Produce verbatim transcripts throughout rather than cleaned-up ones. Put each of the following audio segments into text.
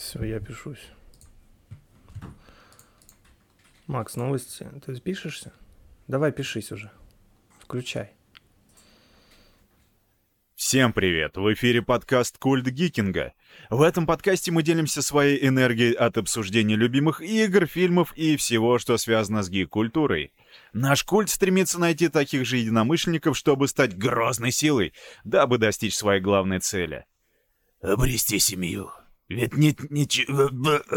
Все, я пишусь. Макс, новости. Ты пишешься? Давай пишись уже. Включай. Всем привет! В эфире подкаст «Культ Гикинга». В этом подкасте мы делимся своей энергией от обсуждения любимых игр, фильмов и всего, что связано с гик-культурой. Наш культ стремится найти таких же единомышленников, чтобы стать грозной силой, дабы достичь своей главной цели. Обрести семью. Ведь нет ничего...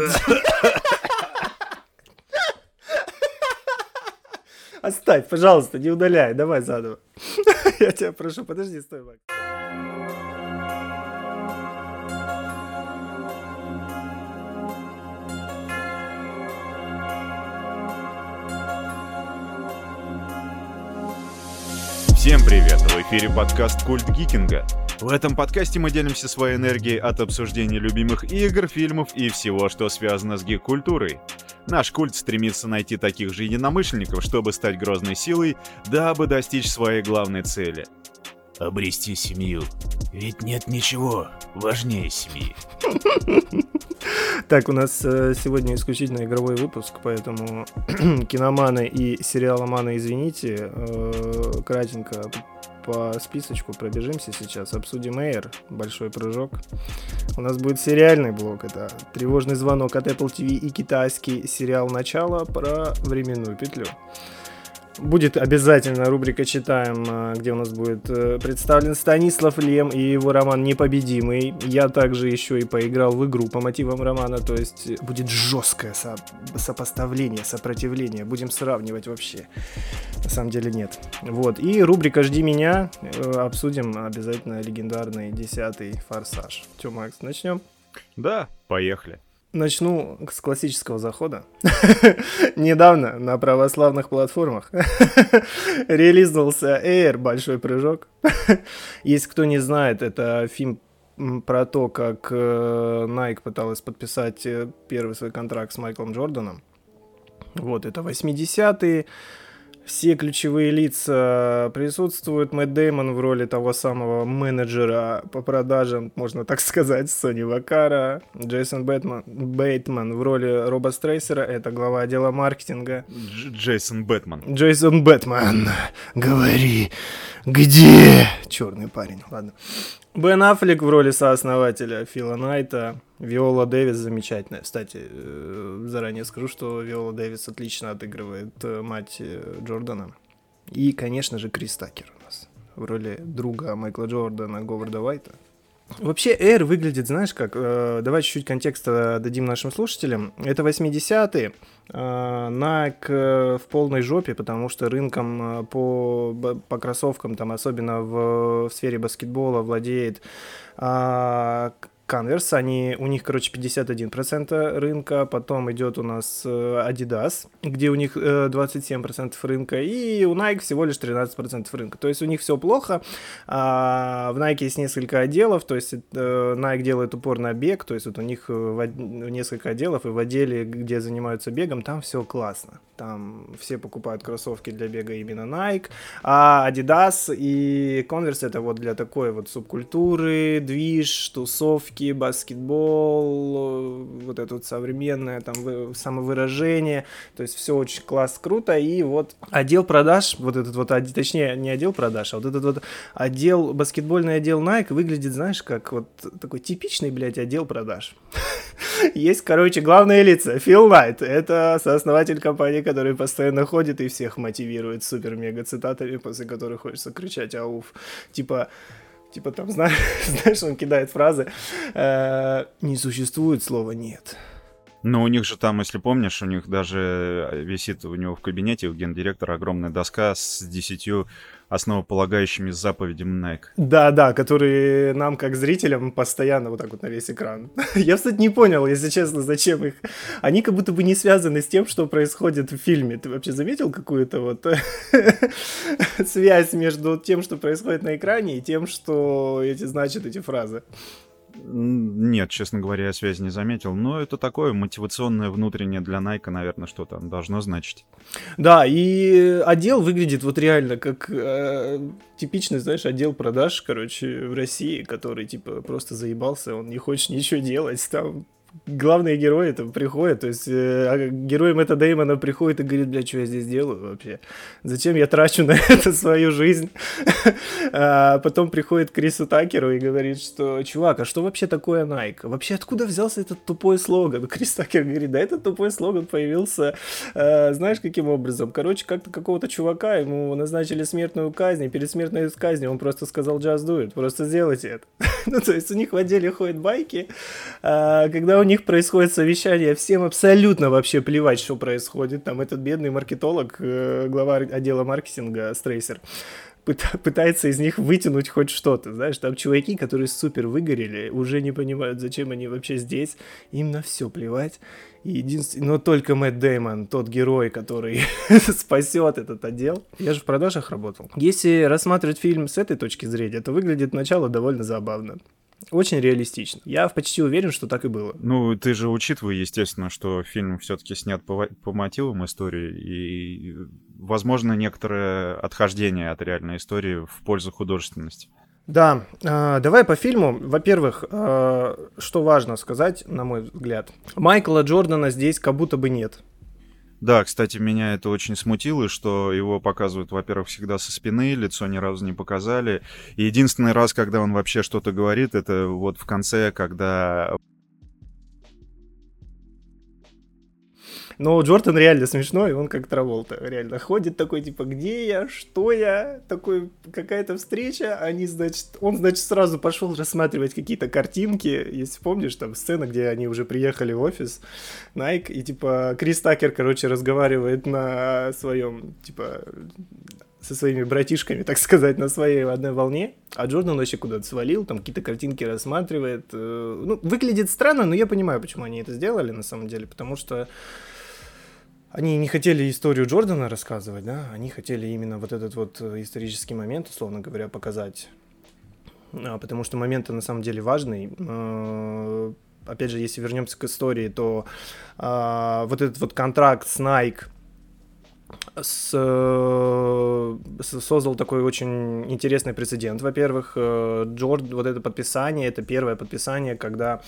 Оставь, пожалуйста, не удаляй, давай заново. Я тебя прошу, подожди, стой, Макс. Всем привет! В эфире подкаст «Культ Гикинга». В этом подкасте мы делимся своей энергией от обсуждения любимых игр, фильмов и всего, что связано с гик-культурой. Наш культ стремится найти таких же единомышленников, чтобы стать грозной силой, дабы достичь своей главной цели. Обрести семью. Ведь нет ничего важнее семьи. Так, у нас э, сегодня исключительно игровой выпуск, поэтому киноманы и сериаломаны, извините, э, кратенько по списочку пробежимся сейчас, обсудим Эйр, большой прыжок. У нас будет сериальный блок, это тревожный звонок от Apple ти ви и китайский сериал «Начало» про временную петлю. Будет обязательно рубрика «Читаем», где у нас будет представлен Станислав Лем и его роман «Непобедимый». Я также еще и поиграл в игру по мотивам романа, то есть будет жесткое со- сопоставление, сопротивление. Будем сравнивать вообще. На самом деле нет. Вот. И рубрика «Жди меня». Обсудим обязательно легендарный десятый «Форсаж». Че, Макс, начнем? Да, поехали. Начну с классического захода. Недавно на православных платформах релизнулся Эйр, большой прыжок. Если кто не знает, это фильм про то, как Nike пыталась подписать первый свой контракт с Майклом Джорданом. Вот, это восьмидесятые. Все ключевые лица присутствуют. Мэтт Дэймон в роли того самого менеджера по продажам, можно так сказать, Сони Вакара. Джейсон Бэтмен, Бейтман в роли Роба Стрейсера, это глава отдела маркетинга. Дж- Джейсон Бэтмен. Джейсон Бэтмен, говори, где? Черный парень, ладно. Бен Аффлек в роли сооснователя Фила Найта. Виола Дэвис замечательная. Кстати, заранее скажу, что Виола Дэвис отлично отыгрывает мать Джордана. И, конечно же, Крис Такер у нас в роли друга Майкла Джордана Говарда Уайта. Вообще, Эйр выглядит, знаешь как, э, давай чуть-чуть контекста дадим нашим слушателям. Это восьмидесятые, э, Nike в полной жопе, потому что рынком по, по кроссовкам, там, особенно в, в сфере баскетбола, владеет э, Converse, они, у них, короче, пятьдесят один процент рынка, потом идет у нас Adidas, где у них двадцать семь процентов рынка, и у Nike всего лишь тринадцать процентов рынка. То есть у них все плохо. А в Nike есть несколько отделов, то есть Nike делает упор на бег, то есть вот у них несколько отделов, и в отделе, где занимаются бегом, там все классно. Там все покупают кроссовки для бега именно Nike, а Adidas и Converse это вот для такой вот субкультуры, движ, тусовки, баскетбол, вот это вот современное там самовыражение, то есть все очень класс, круто. И вот отдел продаж, вот этот вот, точнее не отдел продаж, а вот этот вот отдел, баскетбольный отдел Nike выглядит, знаешь, как вот такой типичный, блядь, отдел продаж. Есть, короче, главные лица. Фил Найт, это сооснователь компании, который постоянно ходит и всех мотивирует супер-мега цитатами, после которых хочется кричать «Ауф». Типа... Типа там, знаешь, знаешь, он кидает фразы э, «Не существует слова «нет». Но у них же там, если помнишь, у них даже висит у него в кабинете, у гендиректора, огромная доска с десятью основополагающими заповедями Nike. Да-да, которые нам, как зрителям, постоянно вот так вот на весь экран. Я, кстати, не понял, если честно, зачем их. Они как будто бы не связаны с тем, что происходит в фильме. Ты вообще заметил какую-то вот связь между тем, что происходит на экране, и тем, что эти значат эти фразы? Нет, честно говоря, я связи не заметил. Но это такое мотивационное внутреннее для Nike, наверное, что-то должно значить. Да, и отдел выглядит вот реально как э, типичный, знаешь, отдел продаж, короче, в России, который, типа, просто заебался, он не хочет ничего делать, там главные герои там приходят, то есть э, герой Мэтта Дэймона приходит и говорит, бля, что я здесь делаю вообще? Зачем я трачу на это свою жизнь? А потом приходит к Крису Такеру и говорит, что, чувак, а что вообще такое Nike? Вообще откуда взялся этот тупой слоган? Крис Такер говорит, да этот тупой слоган появился, э, знаешь, каким образом? Короче, как-то какого-то чувака, ему назначили смертную казнь, и перед смертной казнью он просто сказал, just do it, просто сделайте это. Ну, то есть у них в отделе ходят байки, а, когда у них происходит совещание, всем абсолютно вообще плевать, что происходит. Там этот бедный маркетолог, глава отдела маркетинга Стрейсер, пытается из них вытянуть хоть что-то, знаешь, там чуваки, которые супер выгорели, уже не понимают, зачем они вообще здесь, им на все плевать. И единственное, но только Мэтт Дэймон, тот герой, который спасет этот отдел. Я же в продажах работал. Если рассматривать фильм с этой точки зрения, то выглядит начало довольно забавно. Очень реалистично. Я почти уверен, что так и было. Ну, ты же учитывай, естественно, что фильм все-таки снят по, по мотивам истории, и, возможно, некоторое отхождение от реальной истории в пользу художественности. Да, э, давай по фильму. Во-первых, э, что важно сказать, на мой взгляд, Майкла Джордана здесь как будто бы нет. Да, кстати, меня это очень смутило, что его показывают, во-первых, всегда со спины, лицо ни разу не показали. И единственный раз, когда он вообще что-то говорит, это вот в конце, когда... Но Джордан реально смешной, он как Траволта, реально ходит такой, типа, где я, что я, такой, какая-то встреча, они, значит, он, значит, сразу пошел рассматривать какие-то картинки, если помнишь, там сцена, где они уже приехали в офис, Nike, и, типа, Крис Такер, короче, разговаривает на своем, типа, со своими братишками, так сказать, на своей одной волне, а Джордан вообще куда-то свалил, там какие-то картинки рассматривает, ну, выглядит странно, но я понимаю, почему они это сделали, на самом деле, потому что они не хотели историю Джордана рассказывать, да, они хотели именно вот этот вот исторический момент, условно говоря, показать, а, потому что момент на самом деле важный. А, опять же, если вернемся к истории, то а, вот этот вот контракт с Nike с, с, создал такой очень интересный прецедент. Во-первых, Джорд, вот это подписание, это первое подписание, когда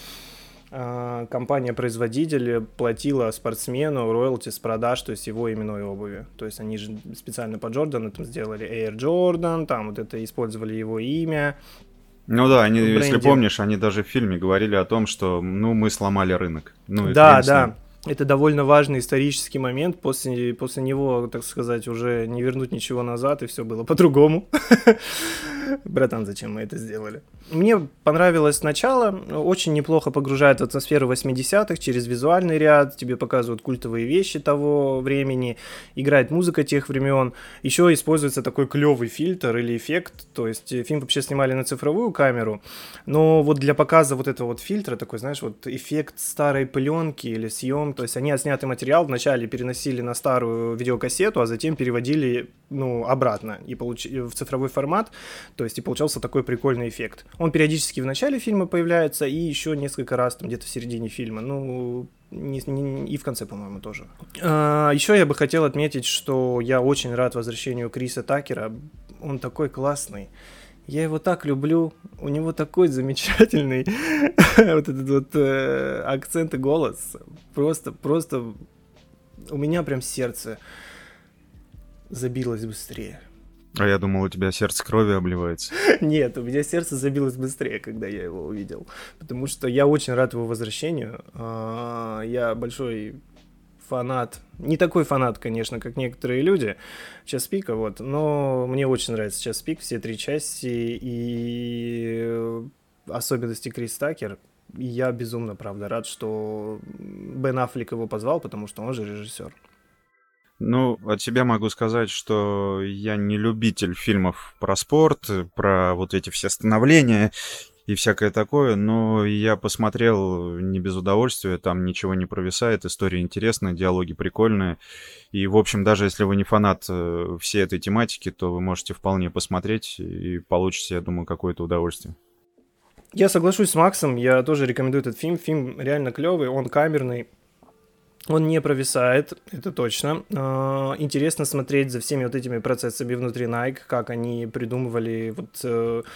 компания-производитель платила спортсмену роялти с продаж, то есть его именной обуви. То есть они же специально по Джордану там сделали Air Jordan, там вот это использовали его имя. Ну да, они, если помнишь, они даже в фильме говорили о том, что ну мы сломали рынок. Ну, да, да. Это довольно важный исторический момент. После, после него, так сказать, уже не вернуть ничего назад, и все было по-другому. Братан, зачем мы это сделали? Мне понравилось начало. Очень неплохо погружает в атмосферу восьмидесятых через визуальный ряд. Тебе показывают культовые вещи того времени. Играет музыка тех времен. Еще используется такой клевый фильтр или эффект. То есть фильм вообще снимали на цифровую камеру. Но вот для показа вот этого вот фильтра, такой, знаешь, вот эффект старой пленки или съем. То есть они отснятый материал вначале переносили на старую видеокассету, а затем переводили, ну, обратно и получ... в цифровой формат. То есть и получался такой прикольный эффект. Он периодически в начале фильма появляется и еще несколько раз там где-то в середине фильма. Ну, не, не, и в конце, по-моему, тоже. А, еще я бы хотел отметить, что я очень рад возвращению Криса Такера. Он такой классный. Я его так люблю, у него такой замечательный вот этот вот э, акцент и голос, просто, просто у меня прям сердце забилось быстрее. А я думал, у тебя сердце крови обливается. Нет, у меня сердце забилось быстрее, когда я его увидел, потому что я очень рад его возвращению, я большой фанат, не такой фанат, конечно, как некоторые люди «Час пика», вот, но мне очень нравится «Час пик», все три части и особенности Крис Такер. И я безумно, правда, рад, что Бен Аффлек его позвал, потому что он же режиссер. Ну, от себя могу сказать, что я не любитель фильмов про спорт, про вот эти все становления и всякое такое, но я посмотрел не без удовольствия, там ничего не провисает, история интересная, диалоги прикольные, и, в общем, даже если вы не фанат всей этой тематики, то вы можете вполне посмотреть и получите, я думаю, какое-то удовольствие. Я соглашусь с Максом, я тоже рекомендую этот фильм, фильм реально клевый, он камерный, он не провисает, это точно. Интересно смотреть за всеми вот этими процессами внутри Nike, как они придумывали вот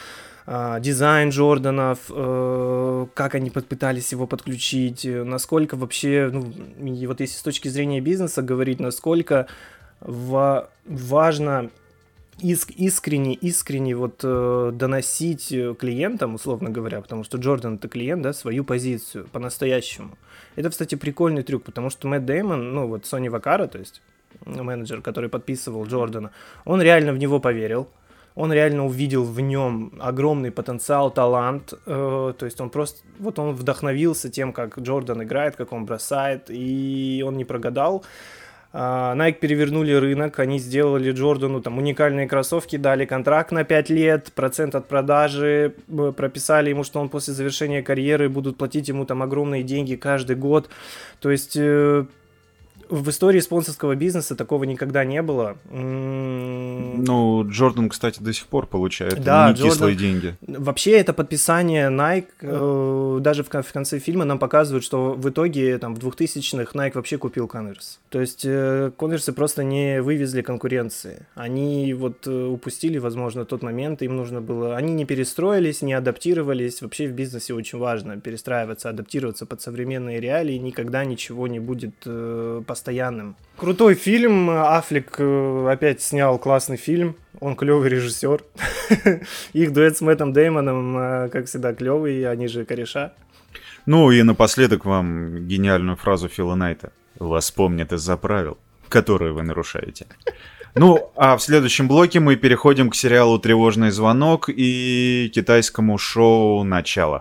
дизайн Джорданов, как они пытались его подключить, насколько вообще, ну, и вот если с точки зрения бизнеса говорить, насколько ва- важно иск- искренне, искренне вот доносить клиентам, условно говоря, потому что Джордан это клиент, да, свою позицию по-настоящему. Это, кстати, прикольный трюк, потому что Мэтт Дэймон, ну вот Сони Вакара, то есть менеджер, который подписывал Джордана, он реально в него поверил. Он реально увидел в нем огромный потенциал, талант, э, то есть он просто, вот он вдохновился тем, как Джордан играет, как он бросает, и он не прогадал. Uh, Nike перевернули рынок, они сделали Джордану там уникальные кроссовки, дали контракт на пять лет, процент от продажи, прописали ему, что он после завершения карьеры будут платить ему там огромные деньги каждый год, то есть... Э, В истории спонсорского бизнеса такого никогда не было. Ну, Джордан, кстати, до сих пор получает да, не кислые Джордан... деньги. Вообще, это подписание Nike, э, даже в, в конце фильма нам показывают, что в итоге там, в двухтысячных Nike вообще купил Converse. То есть э, Converse просто не вывезли конкуренции. Они вот э, упустили, возможно, тот момент, им нужно было... Они не перестроились, не адаптировались. Вообще в бизнесе очень важно перестраиваться, адаптироваться под современные реалии. Никогда ничего не будет э, постоянным. Крутой фильм. Аффлек опять снял классный фильм. Он клевый режиссер. Их дуэт с Мэттом Дэймоном, как всегда, клевый. Они же кореша. Ну и напоследок вам гениальную фразу Фила Найта. Вас помнят из-за правил, которые вы нарушаете. Ну, а в следующем блоке мы переходим к сериалу «Тревожный звонок» и китайскому шоу «Начало».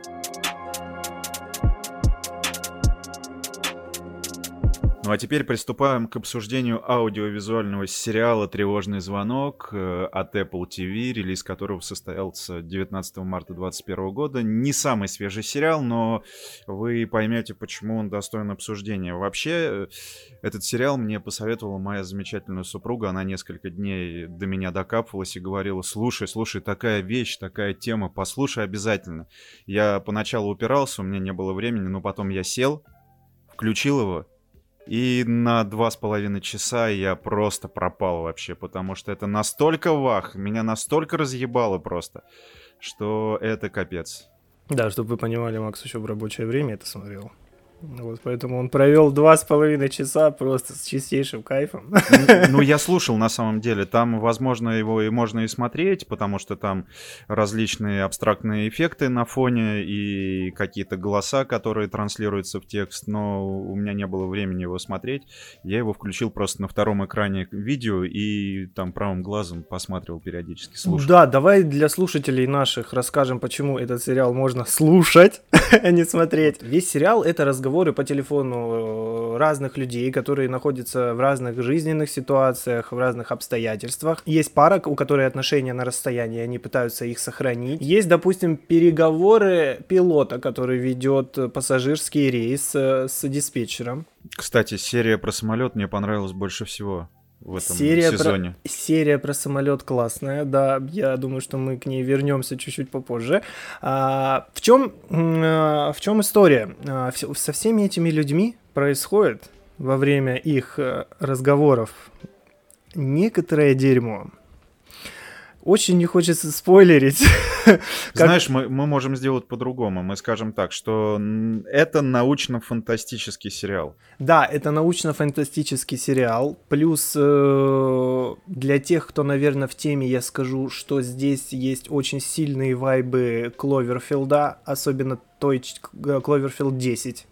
Ну а теперь приступаем к обсуждению аудиовизуального сериала «Тревожный звонок» от Apple ти ви, релиз которого состоялся девятнадцатого марта двадцать первого года. Не самый свежий сериал, но вы поймете, почему он достоин обсуждения. Вообще, этот сериал мне посоветовала моя замечательная супруга. Она несколько дней до меня докапывалась и говорила: слушай, слушай, такая вещь, такая тема, послушай обязательно. Я поначалу упирался, у меня не было времени, но потом я сел, включил его, и на два с половиной часа я просто пропал вообще, потому что это настолько вах, меня настолько разъебало просто, что это капец. Да, чтобы вы понимали, Макс еще в рабочее время это смотрел. Вот, поэтому он провел два с половиной часа просто с чистейшим кайфом. Ну, я слушал, на самом деле. Там, возможно, его и можно и смотреть, потому что там различные абстрактные эффекты на фоне и какие-то голоса, которые транслируются в текст, но у меня не было времени его смотреть. Я его включил просто на втором экране видео и там правым глазом посматривал периодически, слушал. Да, давай для слушателей наших расскажем, почему этот сериал можно слушать, а не смотреть. Весь сериал — это разговор по телефону разных людей, которые находятся в разных жизненных ситуациях, в разных обстоятельствах. Есть пара, у которой отношения на расстоянии, они пытаются их сохранить. Есть, допустим, переговоры пилота, который ведет пассажирский рейс с диспетчером. Кстати, серия про самолет мне понравилась больше всего в этом серия сезоне. Про, серия про самолет классная, да, я думаю, что мы к ней вернемся чуть-чуть попозже. А, в чем, а, в чем история? А, все, со всеми этими людьми происходит во время их разговоров некоторое дерьмо. Очень не хочется спойлерить. Знаешь, мы, мы можем сделать по-другому. Мы скажем так, что это научно-фантастический сериал. Да, это научно-фантастический сериал. Плюс э, для тех, кто, наверное, в теме, я скажу, что здесь есть очень сильные вайбы Кловерфилда, особенно той Кловерфилд десять.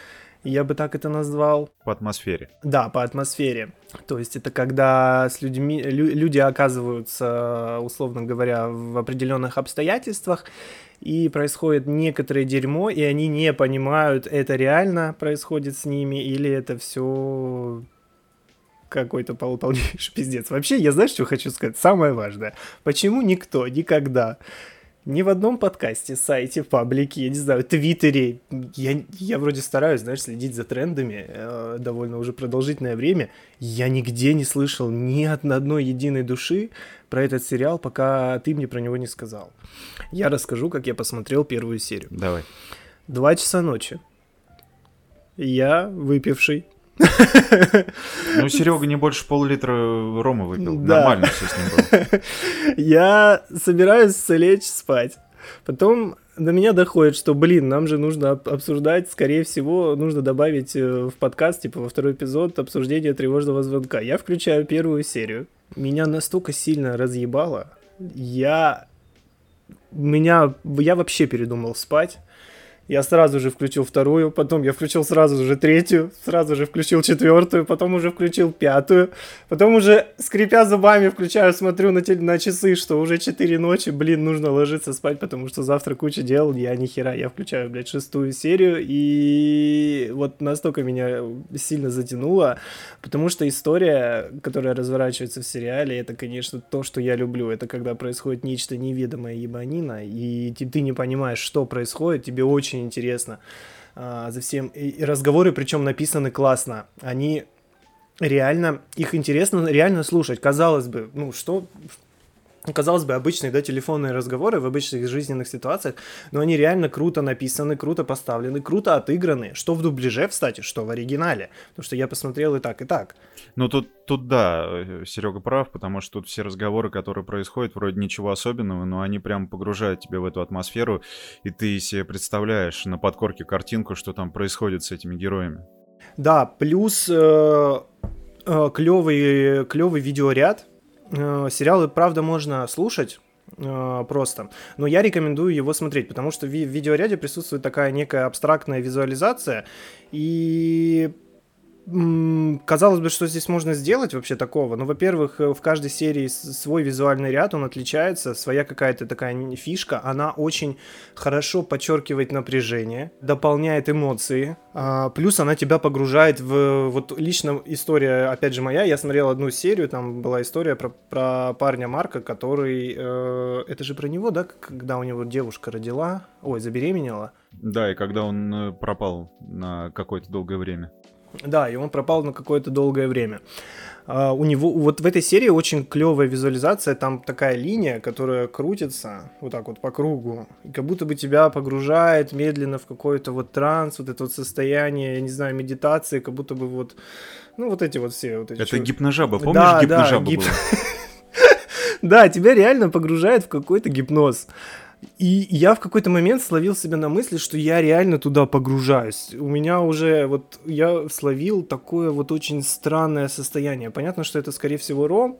Я бы так это назвал. По атмосфере. Да, по атмосфере. То есть это когда с людьми, лю, люди оказываются, условно говоря, в определенных обстоятельствах, и происходит некоторое дерьмо, и они не понимают, это реально происходит с ними, или это все какой-то пол- полнейший пиздец. Вообще, я знаешь, что хочу сказать? Самое важное. Почему никто никогда... Ни в одном подкасте, сайте, паблике, я не знаю, твиттере, я, я вроде стараюсь, знаешь, следить за трендами э, довольно уже продолжительное время, я нигде не слышал ни от одной единой души про этот сериал, пока ты мне про него не сказал. Я расскажу, как я посмотрел первую серию. Давай. Два часа ночи. Я, выпивший, Ну, Серега не больше пол-литра рома выпил. Да. Нормально все с ним было. Я собираюсь лечь спать. Потом до меня доходит, что, блин, нам же нужно обсуждать, скорее всего, нужно добавить в подкаст, типа, во второй эпизод обсуждение тревожного звонка. Я включаю первую серию. Меня настолько сильно разъебало. Я... Меня... Я вообще передумал спать. Я сразу же включил вторую, потом я включил сразу же третью, сразу же включил четвертую, потом уже включил пятую, потом уже, скрипя зубами, включаю, смотрю на, те- на часы, что уже четыре ночи, блин, нужно ложиться спать, потому что завтра куча дел, я ни хера, я включаю, блядь, шестую серию, и вот настолько меня сильно затянуло, потому что история, которая разворачивается в сериале, это, конечно, то, что я люблю, это когда происходит нечто неведомое ебанина, и ты, ты не понимаешь, что происходит, тебе очень интересно а, за всем. И, и разговоры, причем написаны классно. Они реально, их интересно реально слушать. Казалось бы, ну что... Казалось бы, обычные, да, телефонные разговоры в обычных жизненных ситуациях, но они реально круто написаны, круто поставлены, круто отыграны, что в дубляже, кстати, что в оригинале, потому что я посмотрел и так, и так. Ну, тут, тут да, Серега прав, потому что тут все разговоры, которые происходят, вроде ничего особенного, но они прям погружают тебя в эту атмосферу, и ты себе представляешь на подкорке картинку, что там происходит с этими героями. Да, плюс э, э, клевый, клевый видеоряд. Сериалы, правда, можно слушать э, просто, но я рекомендую его смотреть, потому что в, ви- в видеоряде присутствует такая некая абстрактная визуализация, и м, казалось бы, что здесь можно сделать вообще такого? Ну, во-первых, в каждой серии с- свой визуальный ряд, он отличается, своя какая-то такая н- фишка, она очень хорошо подчеркивает напряжение, дополняет эмоции, а, плюс она тебя погружает в... Вот лично история, опять же, моя, я смотрел одну серию, там была история про, про парня Марка, который... Э, это же про него, да, когда у него девушка родила, ой, забеременела? Да, и когда он э, пропал на какое-то долгое время. Да, и он пропал на какое-то долгое время. Uh, у него вот в этой серии очень клевая визуализация, там такая линия, которая крутится вот так вот по кругу, и как будто бы тебя погружает медленно в какой-то вот транс, вот это вот состояние, я не знаю, медитации, как будто бы вот, ну вот эти вот все. Вот эти это чу... гипножаба, помнишь, да, гипножаба да, гип... была? Да, тебя реально погружает в какой-то гипноз. И я в какой-то момент словил себя на мысли, что я реально туда погружаюсь. У меня уже вот, я словил такое вот очень странное состояние. Понятно, что это, скорее всего, ром,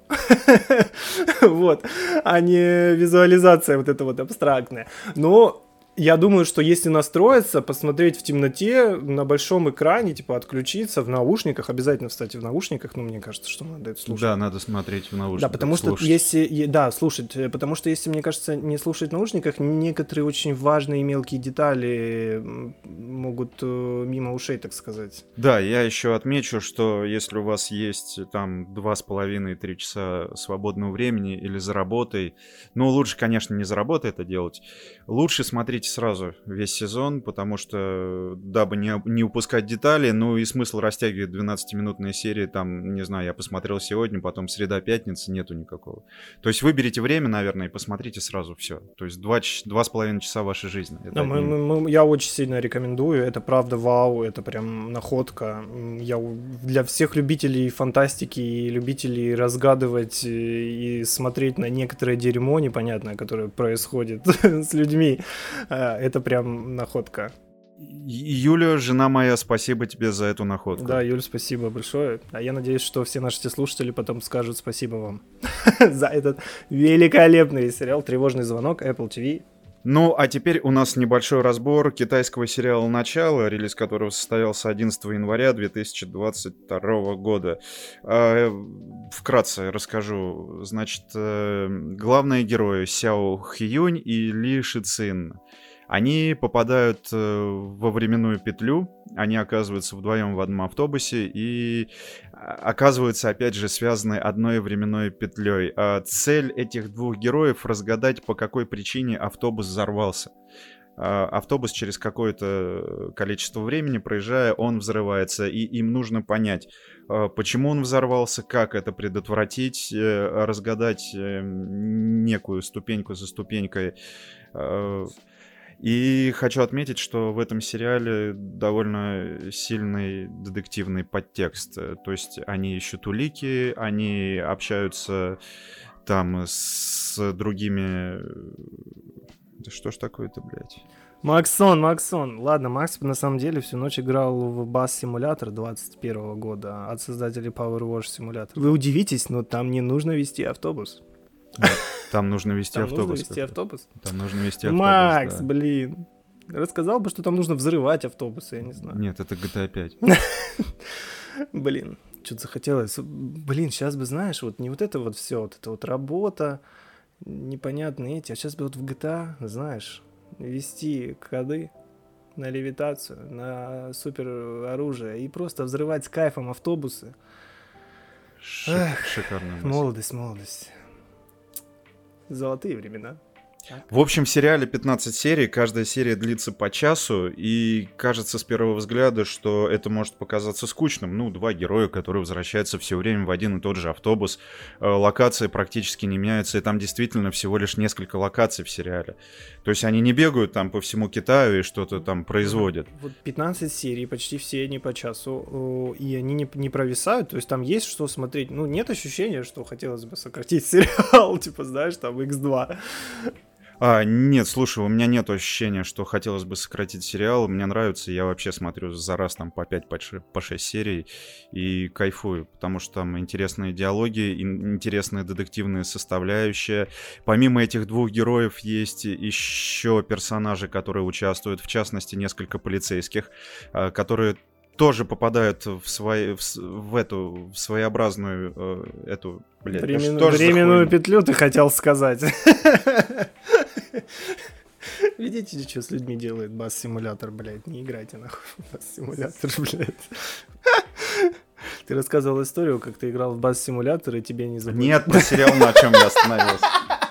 вот, а не визуализация вот эта вот абстрактная. Но я думаю, что если настроиться, посмотреть в темноте на большом экране, типа отключиться в наушниках, обязательно, кстати, в наушниках, ну, мне кажется, что надо это слушать. Да, надо смотреть в наушниках. Да, потому что слушать. если, да, слушать, потому что если, мне кажется, не слушать в наушниках, некоторые очень важные мелкие детали могут мимо ушей, так сказать. Да, я еще отмечу, что если у вас есть там два с половиной-три часа свободного времени или за работой, ну, лучше, конечно, не за работой это делать, лучше смотрите сразу весь сезон, потому что, дабы не, не упускать детали, ну и смысл растягивать двенадцатиминутные серии, там, не знаю, я посмотрел сегодня, потом среда-пятница, нету никакого. То есть выберите время, наверное, и посмотрите сразу все. То есть два, два с половиной часа вашей жизни. Да, мы, мы, я очень сильно рекомендую, это правда вау, это прям находка. Я для всех любителей фантастики и любителей разгадывать и смотреть на некоторое дерьмо непонятное, которое происходит с людьми, это прям находка. Юля, жена моя, спасибо тебе за эту находку. Да, Юль, спасибо большое. А я надеюсь, что все наши слушатели потом скажут спасибо вам за этот великолепный сериал «Тревожный звонок», Apple ти ви. Ну, а теперь у нас небольшой разбор китайского сериала «Начало», релиз которого состоялся одиннадцатого января две тысячи двадцать второго года. Вкратце расскажу. Значит, главные герои Сяо Хьюнь и Ли Шицин. Они попадают во временную петлю, они оказываются вдвоем в одном автобусе и оказываются, опять же, связаны одной временной петлей. А цель этих двух героев — разгадать, по какой причине автобус взорвался. А автобус через какое-то количество времени, проезжая, он взрывается, и им нужно понять, почему он взорвался, как это предотвратить, разгадать некую ступеньку за ступенькой. И хочу отметить, что в этом сериале довольно сильный детективный подтекст. То есть они ищут улики, они общаются там с другими... Да что ж такое-то, блядь? Максон, Максон. Ладно, Макс на самом деле всю ночь играл в Bus Simulator двадцать первого года от создателей Power Wash Simulator. Вы удивитесь, но там не нужно вести автобус. Там нужно вести там автобус. Нужно вести автобус. Там нужно вести автобус. Макс, да. блин. Рассказал бы, что там нужно взрывать автобусы, я не знаю. Нет, это джи ти эй пять. Блин, что-то захотелось. Блин, сейчас бы, знаешь, вот не вот это вот все, вот это вот работа, непонятные эти, а сейчас бы вот в джи ти эй, знаешь, вести коды на левитацию, на супер оружие и просто взрывать с кайфом автобусы. Шик, Эх, шикарно. молодость, молодость. Золотые времена. В общем, в сериале пятнадцать серий, каждая серия длится по часу, и кажется с первого взгляда, что это может показаться скучным. Ну, два героя, которые возвращаются все время в один и тот же автобус, локации практически не меняются, и там действительно всего лишь несколько локаций в сериале. То есть они не бегают там по всему Китаю и что-то там производят. Вот пятнадцать серий, почти все не по часу, и они не, не провисают, то есть там есть что смотреть. Ну, нет ощущения, что хотелось бы сократить сериал, типа, знаешь, там, икс два. А, нет, слушай, у меня нет ощущения, что хотелось бы сократить сериал. Мне нравится, я вообще смотрю за раз там по пять, по шесть серий и кайфую, потому что там интересные диалоги, интересная детективная составляющая. Помимо этих двух героев есть еще персонажи, которые участвуют, в частности, несколько полицейских, которые тоже попадают в, свои, в, в эту в своеобразную э, эту, блядь, Времен... да временную петлю ты хотел сказать. Видите, что с людьми делает Бас-симулятор, блядь, не играйте нахуй в Бас-симулятор, блядь. Ты рассказывал историю, как ты играл в Бас-симулятор, и тебе не забыли. Нет, про сериал, на чем я остановился.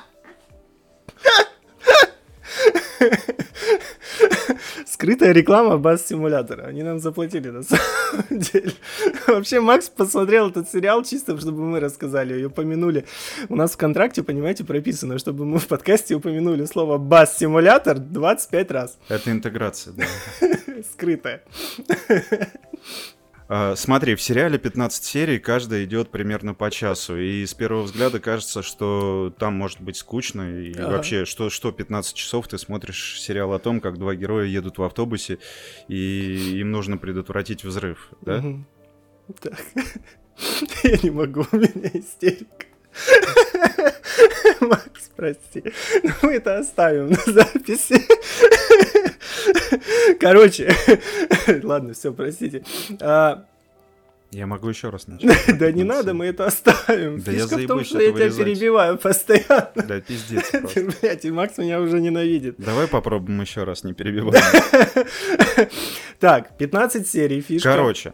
Скрытая реклама Бас-симулятора. Они нам заплатили, на самом деле. Вообще, Макс посмотрел этот сериал чисто, чтобы мы рассказали и упомянули. У нас в контракте, понимаете, прописано, чтобы мы в подкасте упомянули слово Бас-симулятор двадцать пять раз. Это интеграция, да. Скрытая. Uh, смотри, в сериале пятнадцать серий, каждая идет примерно по часу, и с первого взгляда кажется, что там может быть скучно, и ага. вообще, что, что пятнадцать часов ты смотришь сериал о том, как два героя едут в автобусе, и им нужно предотвратить взрыв, да? Угу. Так, я не могу, у меня истерика. Макс, прости, но мы это оставим на записи. Короче, ладно, все, простите. А... Я могу еще раз начать. Да не надо, мы это оставим. Да Фишка я в том, что это я тебя вырезать. перебиваю постоянно. Да пиздец просто. Блять, и Макс меня уже ненавидит. Давай попробуем еще раз, не перебивай. Так, пятнадцать серий, фишка. Короче.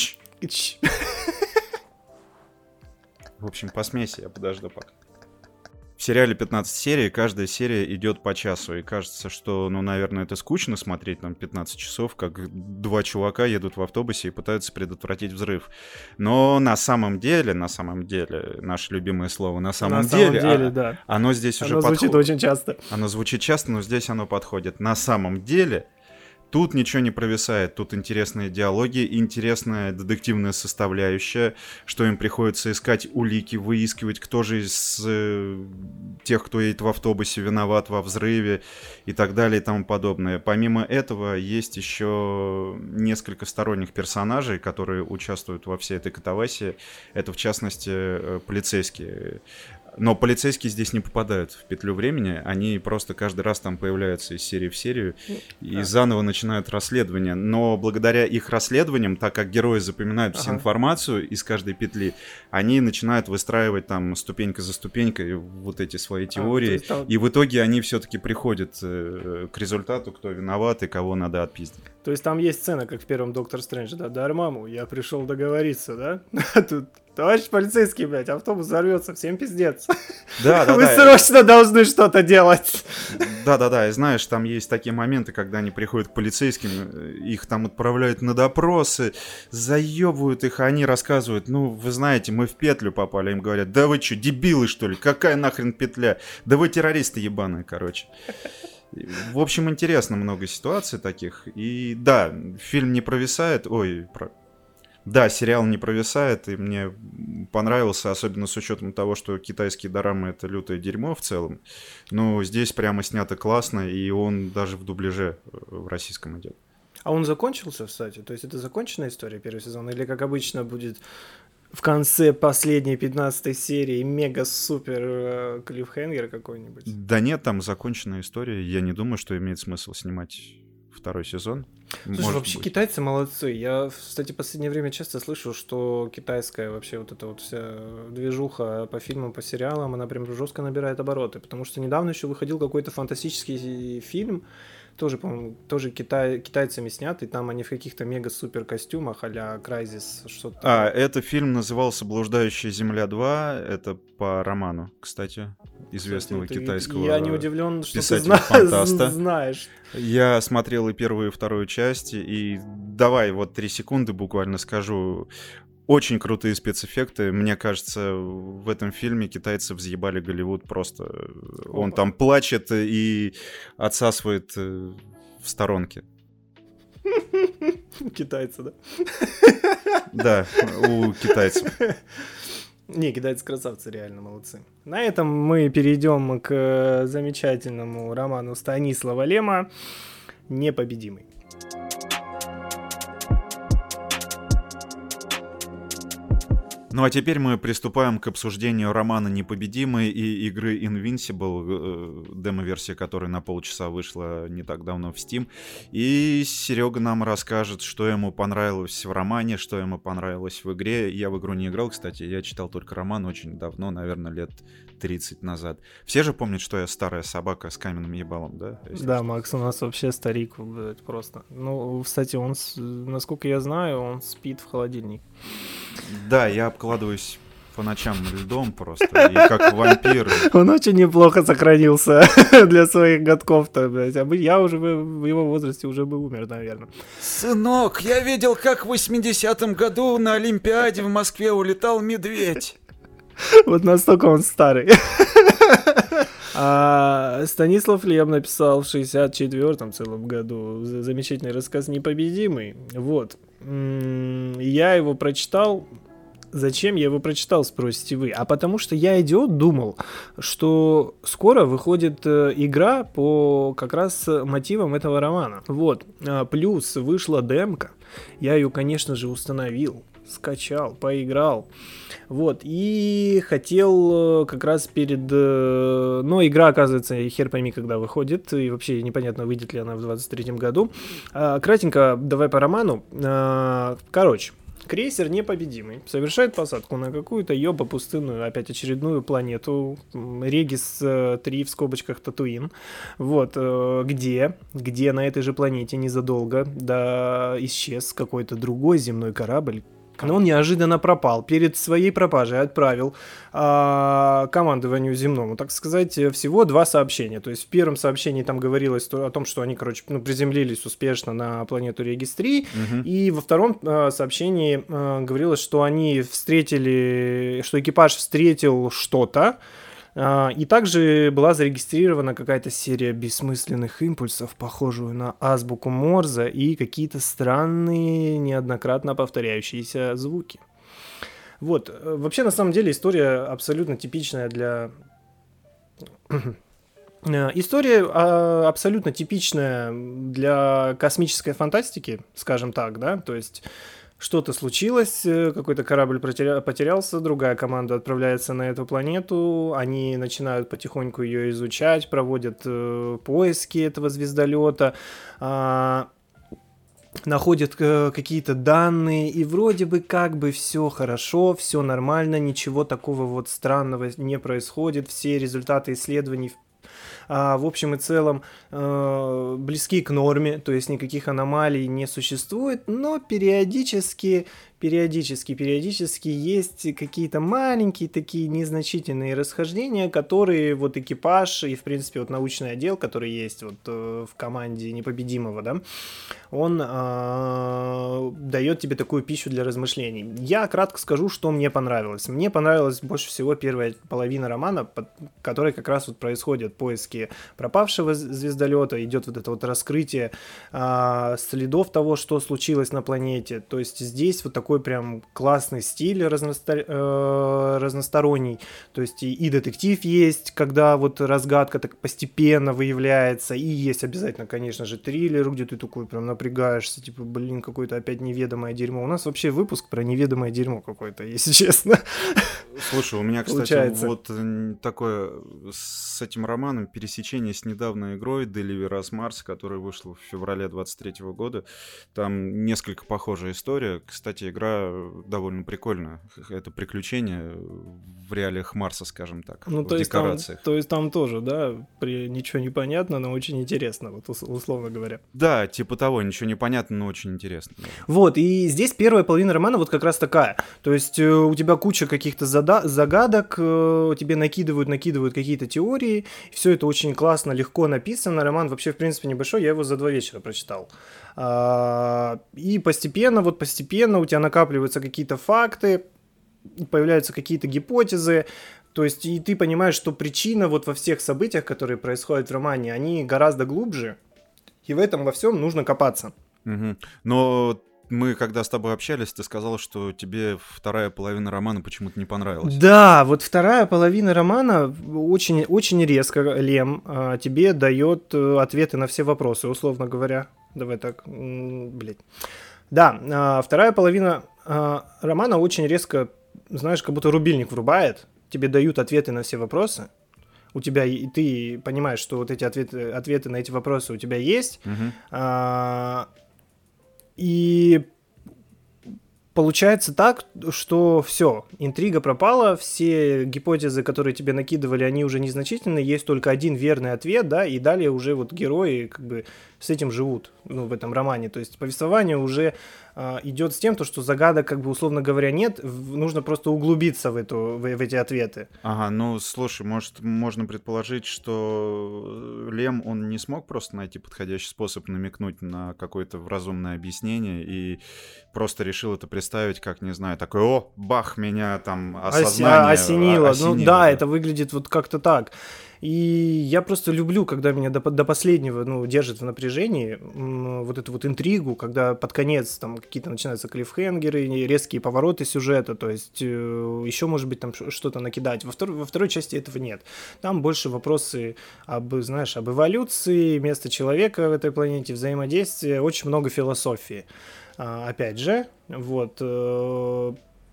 В общем, посмейся, я подожду пока. В сериале пятнадцать серий, каждая серия идет по часу, и кажется, что, ну, наверное, это скучно смотреть там пятнадцать часов, как два чувака едут в автобусе и пытаются предотвратить взрыв. Но на самом деле, на самом деле, наше любимое слово, на самом на деле, самом деле а, да. оно здесь оно уже звучит подходит. очень часто. Оно звучит часто, но здесь оно подходит. На самом деле... Тут ничего не провисает, тут интересные диалоги, интересная детективная составляющая, что им приходится искать улики, выискивать, кто же из э, тех, кто едет в автобусе, виноват во взрыве и так далее и тому подобное. Помимо этого, есть еще несколько сторонних персонажей, которые участвуют во всей этой катавасии. Это, в частности, э, полицейские. Но полицейские здесь не попадают в петлю времени, они просто каждый раз там появляются из серии в серию и да. заново начинают расследование. Но благодаря их расследованиям, так как герои запоминают всю ага. информацию из каждой петли, они начинают выстраивать там ступенька за ступенькой вот эти свои теории, а, там... и в итоге они все-таки приходят э, к результату, кто виноват и кого надо отпиздить. То есть там есть сцена, как в первом Доктор Стрэндж, да, Дармаму, я пришел договориться, да? А тут... Товарищ полицейский, блядь, автобус взорвется, всем пиздец. Да, да, Вы да. срочно должны что-то делать. Да, да, да. И знаешь, там есть такие моменты, когда они приходят к полицейским, их там отправляют на допросы, заебывают их, а они рассказывают: ну, вы знаете, мы в петлю попали. Им говорят: да вы что, дебилы, что ли? Какая нахрен петля? Да вы террористы ебаные, короче. В общем, интересно, много ситуаций таких. И да, фильм не провисает. Ой, про... да, сериал не провисает, и мне понравился, особенно с учетом того, что китайские дорамы — это лютое дерьмо в целом. Но здесь прямо снято классно, и он даже в дубляже в российском идет. А он закончился, кстати? То есть это законченная история первого сезона? Или, как обычно, будет в конце последней пятнадцатой серии мега-супер клиффхенгер какой-нибудь? Да нет, там законченная история. Я не думаю, что имеет смысл снимать второй сезон. Слушай, Может вообще быть. Китайцы молодцы. Я, кстати, в последнее время часто слышу, что китайская вообще вот эта вот вся движуха по фильмам, по сериалам, она прям жестко набирает обороты. Потому что недавно еще выходил какой-то фантастический фильм, тоже, по-моему, тоже китай, китайцами снятый, там они в каких-то мега-супер костюмах а-ля Crysis, что-то. А, это фильм назывался «Блуждающая земля два», это по роману, кстати, известного Кстати, китайского я не удивлен, что ты писателя-фантаста. знаешь. Я смотрел и первую, и вторую части, и давай вот три секунды буквально скажу. Очень крутые спецэффекты. Мне кажется, в этом фильме китайцы взъебали Голливуд просто. Опа. Он там плачет и отсасывает в сторонке. Китайцы, да? Да, у китайцев. Не, китайцы красавцы, реально молодцы. На этом мы перейдем к замечательному роману Станислава Лема «Непобедимый». Ну а теперь мы приступаем к обсуждению романа «Непобедимый» и игры Invincible, демо-версия которой на полчаса вышла не так давно в Steam. И Серега нам расскажет, что ему понравилось в романе, что ему понравилось в игре. Я в игру не играл, кстати, я читал только роман очень давно, наверное, лет тридцать назад. Все же помнят, что я старая собака с каменным ебалом, да? Да, Макс у нас вообще старик, блядь, просто. Ну, кстати, он, насколько я знаю, он спит в холодильник. Да, я обкладываюсь по ночам льдом просто, и как вампир. Он очень неплохо сохранился для своих годков-то, блядь. Я уже в его возрасте уже бы умер, наверное. Сынок, я видел, как в восьмидесятом году на Олимпиаде в Москве улетал медведь. Вот настолько он старый. А Станислав Лем написал в шестьдесят четвёртом целом году замечательный рассказ «Непобедимый». Вот. Я его прочитал. Зачем я его прочитал, спросите вы? А потому что я, идиот, думал, что скоро выходит игра по как раз мотивам этого романа. Вот. Плюс вышла демка. Я ее, конечно же, установил, скачал, поиграл. Вот, и хотел как раз перед... Но игра, оказывается, хер пойми, когда выходит, и вообще непонятно, выйдет ли она в двадцать третьем году. Кратенько, давай по роману. Короче, крейсер Непобедимый совершает посадку на какую-то ёба пустынную, опять очередную планету, Регис три в скобочках Татуин, вот, где, где на этой же планете незадолго да исчез какой-то другой земной корабль. Но он неожиданно пропал. Перед своей пропажей отправил а, командованию земному, так сказать, всего два сообщения. То есть в первом сообщении там говорилось то, о том, что они, короче, ну, приземлились успешно на планету Регис три. Угу. И во втором а, сообщении а, говорилось, что они встретили, что экипаж встретил что-то. И также была зарегистрирована какая-то серия бессмысленных импульсов, похожую на азбуку Морзе, и какие-то странные, неоднократно повторяющиеся звуки. Вот. Вообще, на самом деле, история абсолютно типичная для... История абсолютно типичная для космической фантастики, скажем так, да, то есть... Что-то случилось, какой-то корабль потеря- потерялся, другая команда отправляется на эту планету, они начинают потихоньку ее изучать, проводят э, поиски этого звездолета, э, находят э, какие-то данные, и вроде бы как бы все хорошо, все нормально, ничего такого вот странного не происходит, все результаты исследований А, в общем и целом э, близки к норме, то есть никаких аномалий не существует, но периодически, периодически, периодически есть какие-то маленькие такие незначительные расхождения, которые вот экипаж и, в принципе, вот научный отдел, который есть вот в команде Непобедимого, да, он э, дает тебе такую пищу для размышлений. Я кратко скажу, что мне понравилось. Мне понравилась больше всего первая половина романа, под которой как раз вот происходят поиски пропавшего звездолета, идет вот это вот раскрытие э, следов того, что случилось на планете. То есть здесь вот такой прям классный стиль разностор... э, разносторонний. То есть и, и детектив есть, когда вот разгадка так постепенно выявляется, и есть обязательно, конечно же, триллер, где ты такой прям напрягаешься, типа, блин, какое-то опять неведомое дерьмо. У нас вообще выпуск про неведомое дерьмо какое-то, если честно. Слушай, у меня, кстати, Получается. вот такое с этим романом пересечение с недавней игрой Deliver Us Mars, которая вышла в феврале двадцать третьего года. Там несколько похожая история. Кстати, игра довольно прикольная. Это приключение в реалиях Марса, скажем так, ну, в то декорациях. Есть там, то есть там тоже, да, при... ничего не понятно, но очень интересно, вот условно говоря. Да, типа того, ничего не понятно, но очень интересно. Да. Вот, и здесь первая половина романа вот как раз такая. То есть э, у тебя куча каких-то зада- загадок, э, тебе накидывают, накидывают какие-то теории, все это очень классно, легко написано. Роман вообще, в принципе, небольшой, я его за два вечера прочитал. А, и постепенно, вот постепенно у тебя накапливаются какие-то факты, появляются какие-то гипотезы, то есть и ты понимаешь, что причина вот во всех событиях, которые происходят в романе, они гораздо глубже, и в этом во всем нужно копаться. Угу. Но мы, когда с тобой общались, ты сказал, что тебе вторая половина романа почему-то не понравилась. Да, вот вторая половина романа очень, очень резко, Лем, тебе дает ответы на все вопросы, условно говоря. Давай так, блядь. Да, вторая половина романа очень резко, знаешь, как будто рубильник врубает, тебе дают ответы на все вопросы, у тебя, и ты понимаешь, что вот эти ответы, ответы на эти вопросы у тебя есть, угу. а, и получается так, что все, интрига пропала, все гипотезы, которые тебе накидывали, они уже незначительны, есть только один верный ответ, да, и далее уже вот герои как бы с этим живут, ну, в этом романе, то есть повествование уже э, идет с тем, то, что загадок, как бы, условно говоря, нет, в, нужно просто углубиться в, эту, в, в эти ответы. Ага, ну, слушай, может, можно предположить, что Лем, он не смог просто найти подходящий способ намекнуть на какое-то разумное объяснение и просто решил это представить как, не знаю, такой, о, бах, меня там осознание осенило. осенило. Ну да, да, это выглядит вот как-то так. И я просто люблю, когда меня до, до последнего, ну, держит в напряжении м, вот эту вот интригу, когда под конец там какие-то начинаются клиффхенгеры, резкие повороты сюжета, то есть э, еще, может быть, там что-то накидать. Во, втор- во второй части этого нет. Там больше вопросы об, знаешь, об эволюции, место человека в этой планете, взаимодействия, очень много философии. А, опять же, вот... Э,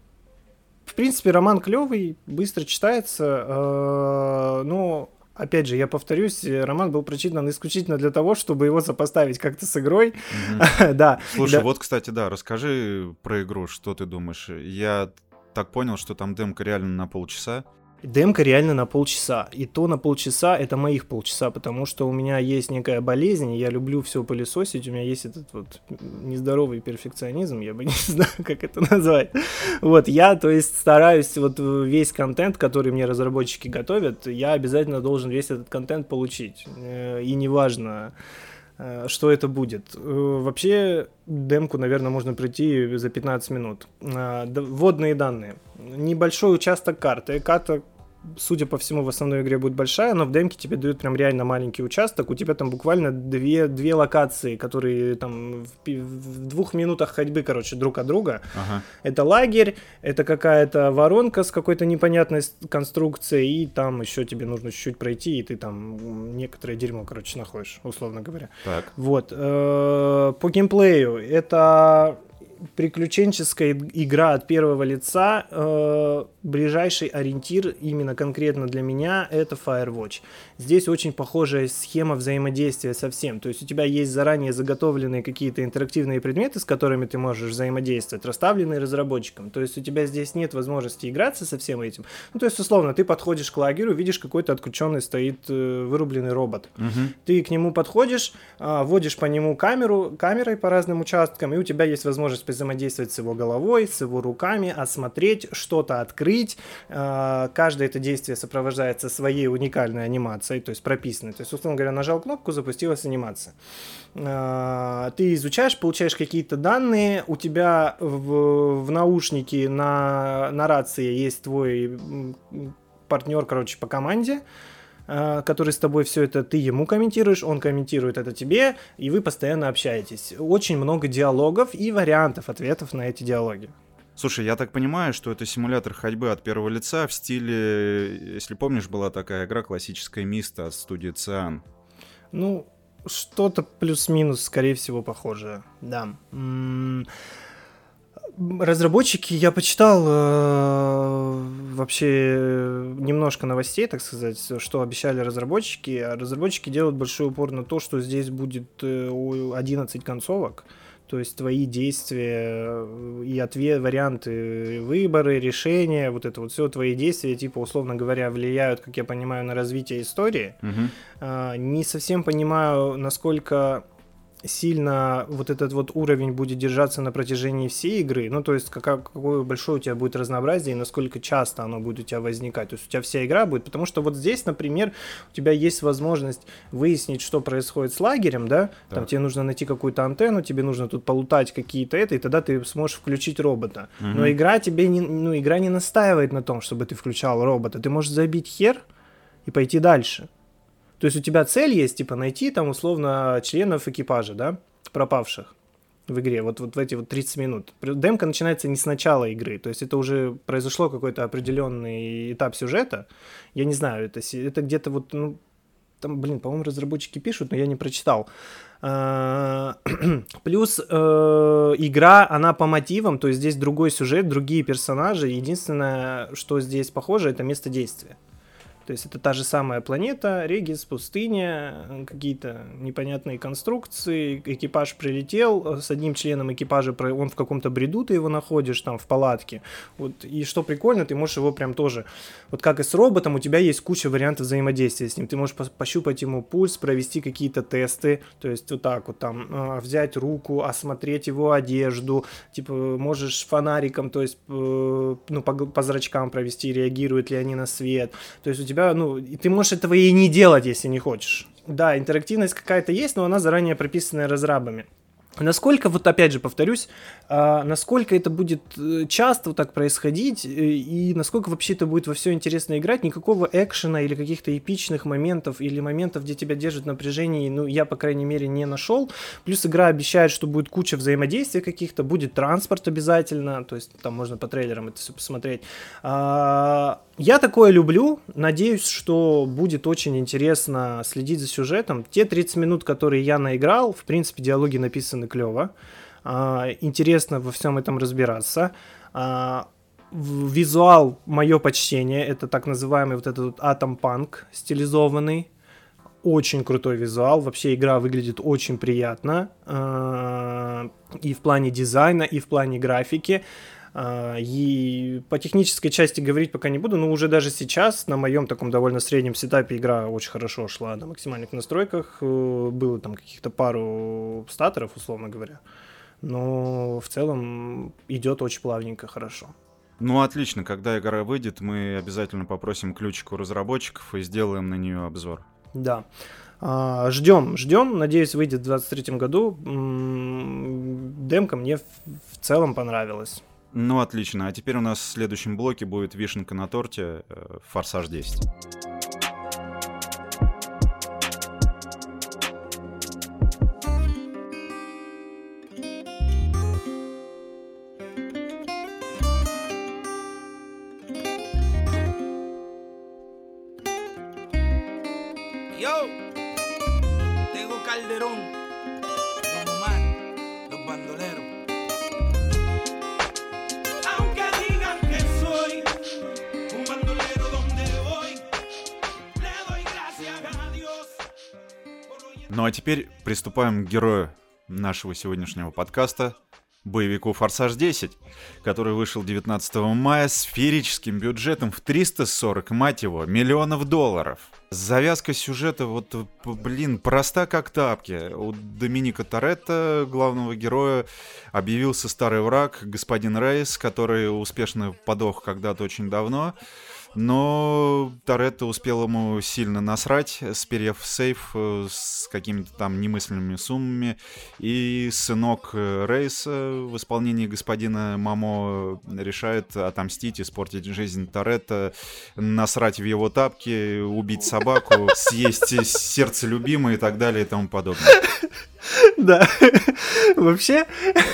В принципе, роман клевый, быстро читается, э, но, опять же, я повторюсь, роман был прочитан исключительно для того, чтобы его сопоставить как-то с игрой. Mm-hmm. Да. Слушай, да. Вот, кстати, да, расскажи про игру, что ты думаешь? Я так понял, что там демка реально на полчаса. Демка реально на полчаса. И то на полчаса это моих полчаса, потому что у меня есть некая болезнь, я люблю все пылесосить, у меня есть этот вот нездоровый перфекционизм, я бы не знаю, как это назвать. Вот, я, то есть, стараюсь вот весь контент, который мне разработчики готовят, я обязательно должен весь этот контент получить. И неважно, что это будет. Вообще, демку, наверное, можно пройти за пятнадцать минут. Вводные данные. Небольшой участок карты. Карта, судя по всему, в основной игре будет большая, но в демке тебе дают прям реально маленький участок. У тебя там буквально две, две локации, которые там в, в двух минутах ходьбы, короче, друг от друга. Ага. Это лагерь, это какая-то воронка с какой-то непонятной конструкцией, и там еще тебе нужно чуть-чуть пройти, и ты там некоторое дерьмо, короче, находишь, условно говоря. Так. Вот. По геймплею это приключенческая игра от первого лица. Э, ближайший ориентир именно конкретно для меня это Firewatch. Здесь очень похожая схема взаимодействия со всем. То есть у тебя есть заранее заготовленные какие-то интерактивные предметы, с которыми ты можешь взаимодействовать, расставленные разработчиком. То есть у тебя здесь нет возможности играться со всем этим. Ну, то есть, условно, ты подходишь к лагерю, видишь, какой-то отключенный стоит э, вырубленный робот. Угу. Ты к нему подходишь, э, вводишь по нему камеру, камерой по разным участкам, и у тебя есть возможность взаимодействовать с его головой, с его руками, осмотреть, что-то открыть. Каждое это действие сопровождается своей уникальной анимацией, то есть прописанной. То есть, условно говоря, нажал кнопку, запустилась анимация. Ты изучаешь, получаешь какие-то данные, у тебя в, в наушнике на, на рации есть твой партнер, короче, по команде, который с тобой все это, ты ему комментируешь, он комментирует это тебе, и вы постоянно общаетесь. Очень много диалогов и вариантов ответов на эти диалоги. Слушай, я так понимаю, что это симулятор ходьбы от первого лица в стиле, если помнишь, была такая игра классическая Миста от студии Циан. Ну, что-то плюс-минус, скорее всего, похожее, да. М-м- Разработчики, я почитал э, вообще немножко новостей, так сказать, что обещали разработчики. А разработчики делают большой упор на то, что здесь будет э, одиннадцать концовок, то есть твои действия и ответ, варианты, выборы, решения, вот это вот все твои действия, типа, условно говоря, влияют, как я понимаю, на развитие истории. Угу. Э, не совсем понимаю, насколько сильно вот этот вот уровень будет держаться на протяжении всей игры, ну, то есть какое, какое большое у тебя будет разнообразие и насколько часто оно будет у тебя возникать, то есть у тебя вся игра будет, потому что вот здесь, например, у тебя есть возможность выяснить, что происходит с лагерем, да, так. Там тебе нужно найти какую-то антенну, тебе нужно тут полутать какие-то это, и тогда ты сможешь включить робота, угу. Но игра тебе не, ну, игра не настаивает на том, чтобы ты включал робота, ты можешь забить хер и пойти дальше. То есть у тебя цель есть, типа, найти там, условно, членов экипажа, да, пропавших в игре, вот, вот в эти вот тридцать минут. Демка начинается не с начала игры, то есть это уже произошло какой-то определенный этап сюжета. Я не знаю, это, это где-то вот, ну, там, блин, по-моему, разработчики пишут, но я не прочитал. Плюс э, игра, она по мотивам, то есть здесь другой сюжет, другие персонажи. Единственное, что здесь похоже, это место действия. То есть это та же самая планета, Регис, пустыня, какие-то непонятные конструкции, экипаж прилетел, с одним членом экипажа он в каком-то бреду, ты его находишь там в палатке. Вот. И что прикольно, ты можешь его прям тоже, вот как и с роботом, у тебя есть куча вариантов взаимодействия с ним. Ты можешь пощупать ему пульс, провести какие-то тесты, то есть вот так вот там взять руку, осмотреть его одежду, типа можешь фонариком, то есть ну, по, по зрачкам провести, реагируют ли они на свет. То есть у тебя тебя, ну, и ты можешь этого и не делать, если не хочешь. Да, интерактивность какая-то есть, но она заранее прописанная разрабами. Насколько, вот опять же повторюсь, э, насколько это будет часто вот так происходить, и насколько вообще это будет во все интересно играть, никакого экшена или каких-то эпичных моментов, или моментов, где тебя держит в напряжении, ну, я, по крайней мере, не нашел. Плюс игра обещает, что будет куча взаимодействий каких-то, будет транспорт обязательно, то есть там можно по трейлерам это все посмотреть. Э, я такое люблю, надеюсь, что будет очень интересно следить за сюжетом. Те тридцать минут, которые я наиграл, в принципе, диалоги написаны клево. А, интересно во всем этом разбираться. А, визуал, мое почтение, это так называемый вот этот вот атом-панк стилизованный. Очень крутой визуал. Вообще игра выглядит очень приятно. А, и в плане дизайна, и в плане графики. И по технической части говорить пока не буду, но уже даже сейчас на моем таком довольно среднем сетапе игра очень хорошо шла на максимальных настройках. Было там каких-то пару статоров, условно говоря. Но в целом идет очень плавненько, хорошо. Ну, отлично. Когда игра выйдет, мы обязательно попросим ключик у разработчиков и сделаем на нее обзор. Да. Ждем, ждем. Надеюсь, выйдет в двадцать третьем году. Демка мне в целом понравилась. Ну, отлично. А теперь у нас в следующем блоке будет вишенка на торте «Форсаж десять». Yo, Tego Calderón, Don Omar, Los Bandoleros. Aunque digan que soy un bandolero donde voy, le doy gracias a Dios. Ну а теперь приступаем к герою нашего сегодняшнего подкаста. боевику «Форсаж десять», который вышел девятнадцатого мая с сферическим бюджетом в триста сорок, мать его, миллионов долларов. Завязка сюжета, вот, блин, проста как тапки. У Доминика Торетто, главного героя, объявился старый враг, господин Рейс, который успешно подох когда-то очень давно. Но Торетто успел ему сильно насрать, сперев сейф с какими-то там немыслимыми суммами. И сынок Рейса в исполнении господина Мамо решает отомстить, испортить жизнь Торетто, насрать в его тапки, убить собаку, съесть сердце любимое и так далее и тому подобное. Да, вообще,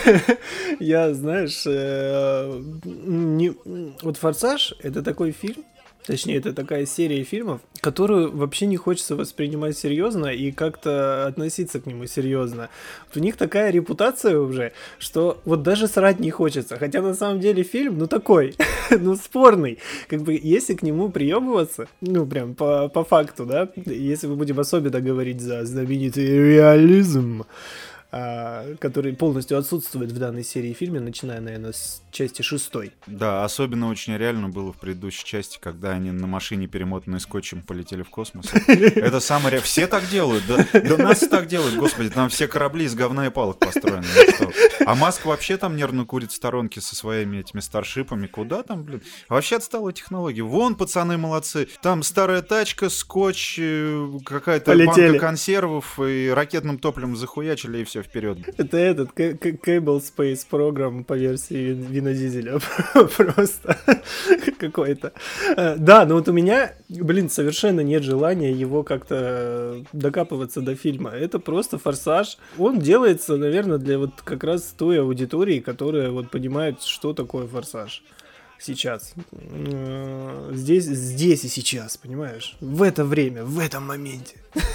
я, знаешь, э, не, вот «Форсаж» — это такой фильм, точнее, это такая серия фильмов, которую вообще не хочется воспринимать серьезно и как-то относиться к нему серьезно. Вот у них такая репутация уже, что вот даже срать не хочется, хотя на самом деле фильм, ну, такой, ну, спорный. Как бы, если к нему приебываться, ну, прям по, по факту, да, если мы будем особенно говорить за знаменитый реализм, а, который полностью отсутствует в данной серии фильма, начиная, наверное, с части шестой. Да, особенно очень реально было в предыдущей части, когда они на машине, перемотанной скотчем, полетели в космос. Это самое реально. Все так делают, да, да нас так делают, господи, там все корабли из говна и палок построены. Ну, а Маск вообще там нервно курит в сторонке со своими этими старшипами. Куда там, блин? Вообще отсталые технологии. Вон, пацаны молодцы. Там старая тачка, скотч, какая-то Полетели. банка консервов и ракетным топливом захуячили, и все, вперед. Это этот Cable Space Program по версии Вина Дизеля. Просто какой-то. Да, но вот у меня, блин, совершенно нет желания его как-то докапываться до фильма. Это просто «Форсаж». Он делается, наверное, для вот как раз той аудитории, которая вот понимает, что такое «Форсаж». Сейчас. Здесь, здесь и сейчас, понимаешь? В это время, в этом моменте.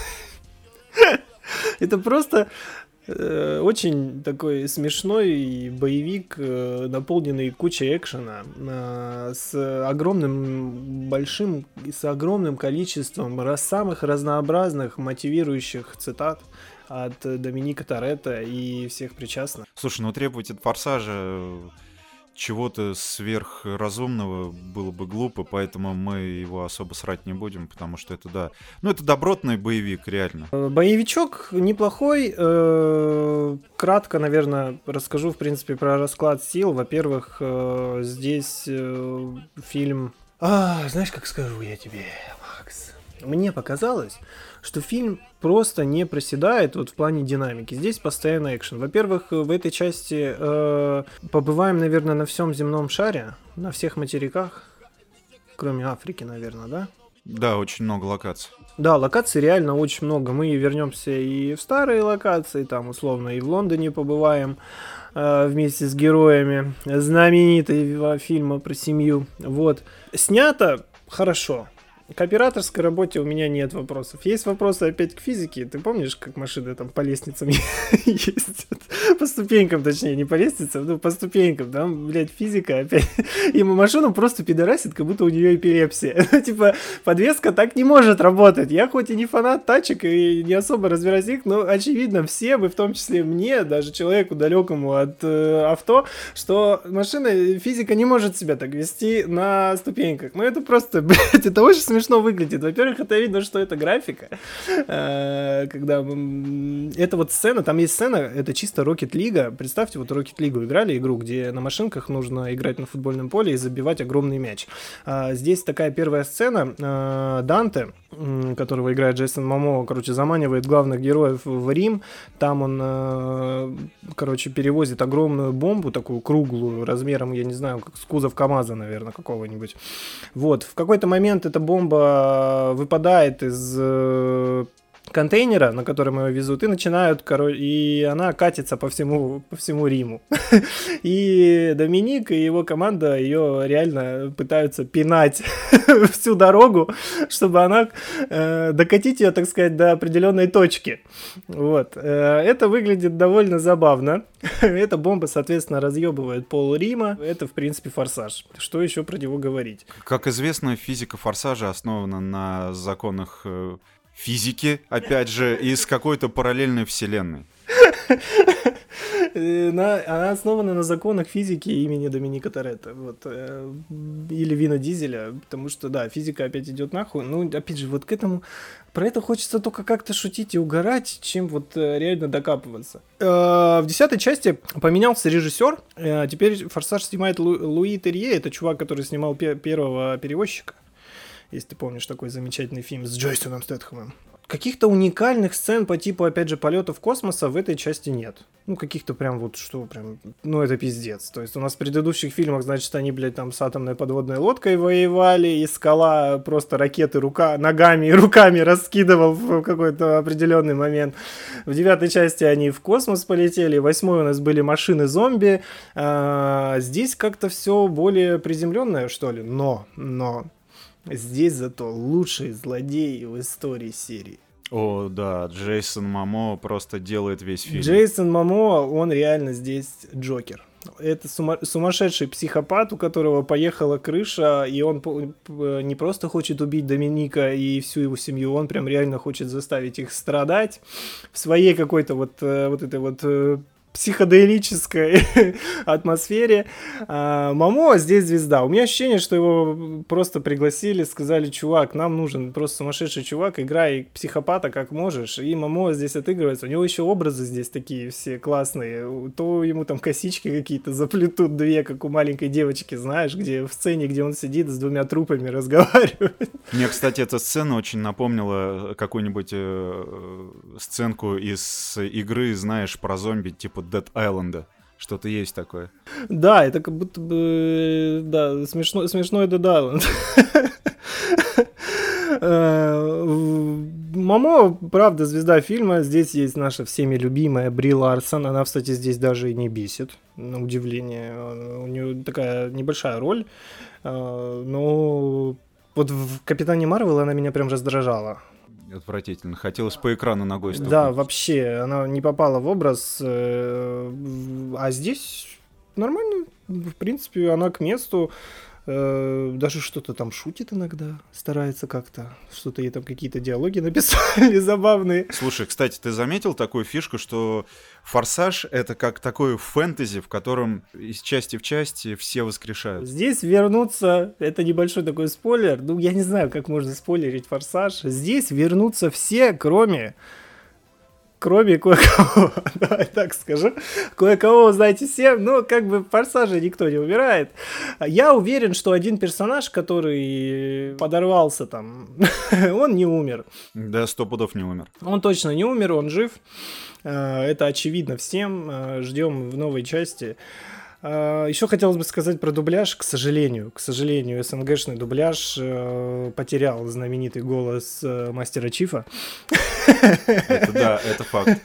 Это просто э, очень такой смешной боевик, э, наполненный кучей экшена, э, с огромным, большим, с огромным количеством раз, самых разнообразных мотивирующих цитат от Доминика Торетто и всех причастных. Слушай, ну требовать от «Форсажа» чего-то сверхразумного было бы глупо, поэтому мы его особо срать не будем, потому что это, да, ну это добротный боевик, реально. Боевичок неплохой. Кратко, наверное, расскажу, в принципе, про расклад сил. Во-первых, здесь фильм... А, знаешь, как скажу я тебе, Макс? Мне показалось, что фильм просто не проседает вот в плане динамики. Здесь постоянно экшен. Во-первых, в этой части э, побываем, наверное, на всем земном шаре, на всех материках, кроме Африки, наверное, да? Да, очень много локаций. Да, локаций реально очень много. Мы вернемся и в старые локации, там, условно, и в Лондоне побываем э, вместе с героями знаменитого фильма про семью. Вот. Снято хорошо. К операторской работе у меня нет вопросов. Есть вопросы опять к физике. Ты помнишь, как машины там по лестницам ездят? По ступенькам, точнее, не по лестницам, но по ступенькам. Там, блядь, физика опять. И машину просто пидорасит, как будто у нее эпилепсия. Типа, подвеска так не может работать. Я хоть и не фанат тачек и не особо разбираюсь в них, но очевидно всем, и в том числе мне, даже человеку далекому от э, авто, что машина, физика не может себя так вести на ступеньках. Ну, это просто, блядь, это очень смешно выглядит. Во-первых, это видно, что это графика. Когда это вот сцена, там есть сцена, это чисто Rocket League. Представьте, вот Rocket League играли игру, где на машинках нужно играть на футбольном поле и забивать огромный мяч. Здесь такая первая сцена. Данте, которого играет Джейсон Момо, короче, заманивает главных героев в Рим. Там он, короче, перевозит огромную бомбу, такую круглую, размером, я не знаю, как с кузов КамАЗа, наверное, какого-нибудь. Вот. В какой-то момент эта бомба выпадает из э, контейнера, на котором ее везут, и начинают, короче, и она катится по всему, по всему Риму. И Доминик и его команда ее реально пытаются пинать всю дорогу, чтобы она э, докатить ее, так сказать, до определенной точки. Вот. Это выглядит довольно забавно. Эта бомба, соответственно, разъебывает пол Рима. Это, в принципе, «Форсаж». Что еще про него говорить? Как известно, физика «Форсажа» основана на законах физики, опять же, из какой-то параллельной вселенной. Она основана на законах физики имени Доминика Торетто. Вот. Или Вина Дизеля. Потому что, да, физика опять идет нахуй. Ну, опять же, вот к этому... Про это хочется только как-то шутить и угорать, чем вот реально докапываться. В десятой части поменялся режиссер. Теперь «Форсаж» снимает Лу... Луи Терье. Это чувак, который снимал пе- первого перевозчика. Если ты помнишь такой замечательный фильм с Джейсоном Стэтхэмом. Каких-то уникальных сцен по типу, опять же, полетов космоса в этой части нет. Ну, каких-то прям вот, что прям, ну, это пиздец. То есть у нас в предыдущих фильмах, значит, они, блядь, там с атомной подводной лодкой воевали, и Скала просто ракеты рука, ногами и руками раскидывал в какой-то определенный момент. В девятой части они в космос полетели, в восьмой у нас были машины-зомби. А, здесь как-то все более приземленное, что ли. Но, но... Здесь зато лучший злодей в истории серии. О, да, Джейсон Момо просто делает весь фильм. Джейсон Момо, он реально здесь Джокер. Это сума- сумасшедший психопат, у которого поехала крыша, и он по- не просто хочет убить Доминика и всю его семью, он прям реально хочет заставить их страдать в своей какой-то вот, вот этой вот... психоделической атмосфере. А, Момо здесь звезда. У меня ощущение, что его просто пригласили, сказали: чувак, нам нужен просто сумасшедший чувак, играй психопата как можешь. И Момо здесь отыгрывается. У него еще образы здесь такие все классные. То ему там косички какие-то заплетут две, как у маленькой девочки, знаешь, где в сцене, где он сидит с двумя трупами разговаривает. Мне, кстати, эта сцена очень напомнила какую-нибудь э, сценку из игры, знаешь, про зомби, типа Dead Island. Что-то есть такое. Да, это как будто бы, да, смешно, смешной Dead Island. Момо, правда, звезда фильма. Здесь есть наша всеми любимая Бри Ларсон. Она, кстати, здесь даже и не бесит, на удивление. У нее такая небольшая роль. Но вот в «Капитане Марвел» она меня прям раздражала. Отвратительно. Хотелось по экрану ногой стукнуть. Да, вообще, она не попала в образ. А здесь нормально. В принципе, она к месту. Даже что-то там шутит иногда, старается как-то. Что-то ей там какие-то диалоги написали забавные. Слушай, кстати, ты заметил такую фишку, что «Форсаж» — это как такой фэнтези, в котором из части в части все воскрешают? Здесь вернуться, это небольшой такой спойлер, ну я не знаю, как можно спойлерить «Форсаж». Здесь вернутся все, кроме... Кроме кое-кого, давай так скажу. Кое-кого узнаете все, но как бы в «Форсаже» никто не умирает. Я уверен, что один персонаж, который подорвался там, он не умер. Да, сто пудов не умер. Он точно не умер, он жив. Это очевидно всем. Ждем в новой части. Еще хотелось бы сказать про дубляж. К сожалению, к сожалению, СНГшный дубляж потерял знаменитый голос Мастера Чифа. Это да, это факт.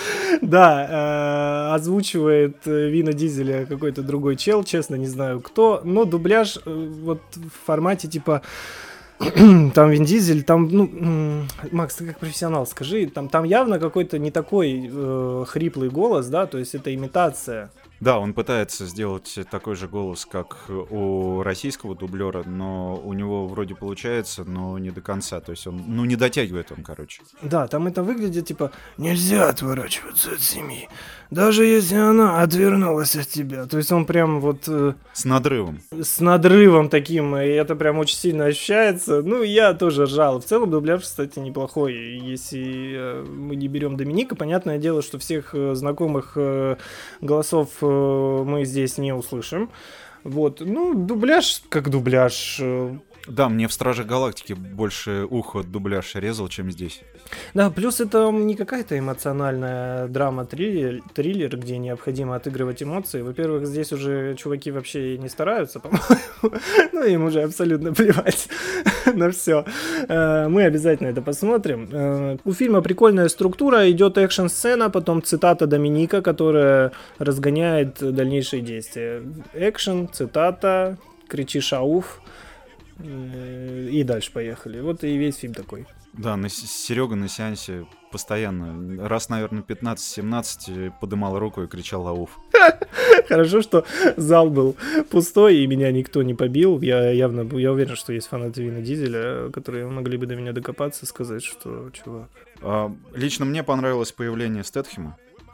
Да, озвучивает Вина Дизеля какой-то другой чел, честно не знаю кто, но дубляж вот в формате типа... Там Вин Дизель, там, ну, Макс, ты как профессионал, скажи, там, там явно какой-то не такой э, хриплый голос, да, то есть это имитация. Да, он пытается сделать такой же голос, как у российского дублера, но у него вроде получается, но не до конца. То есть он, ну, не дотягивает он, короче. Да, там это выглядит типа «нельзя отворачиваться от семьи, даже если она отвернулась от тебя». То есть он прям вот... Э, с надрывом. С надрывом таким, и это прям очень сильно ощущается. Ну, я тоже ржал. В целом дубляж, кстати, неплохой. Если э, мы не берем Доминика, понятное дело, что всех э, знакомых э, голосов мы здесь не услышим. Вот. Ну, дубляж как дубляж. Да, мне в «Страже Галактики» больше ухо дубляж резал, чем здесь. Да, плюс это не какая-то эмоциональная драма-триллер, триллер, где необходимо отыгрывать эмоции. Во-первых, здесь уже чуваки вообще не стараются, по-моему. Ну, им уже абсолютно плевать на все. Мы обязательно это посмотрим. У фильма прикольная структура. Идет экшн-сцена, потом цитата Доминика, которая разгоняет дальнейшие действия. Экшн, цитата, кричишь «ауф». И дальше поехали. Вот и весь фильм такой. Да, на, Серега на сеансе постоянно, раз, наверное, пятнадцать-семнадцать подымал руку и кричал «ауф». Хорошо, что зал был пустой, и меня никто не побил. Я явно, я уверен, что есть фанаты Вина Дизеля, которые могли бы до меня докопаться и сказать, что, чувак... А, лично мне понравилось появление Стэтхэма.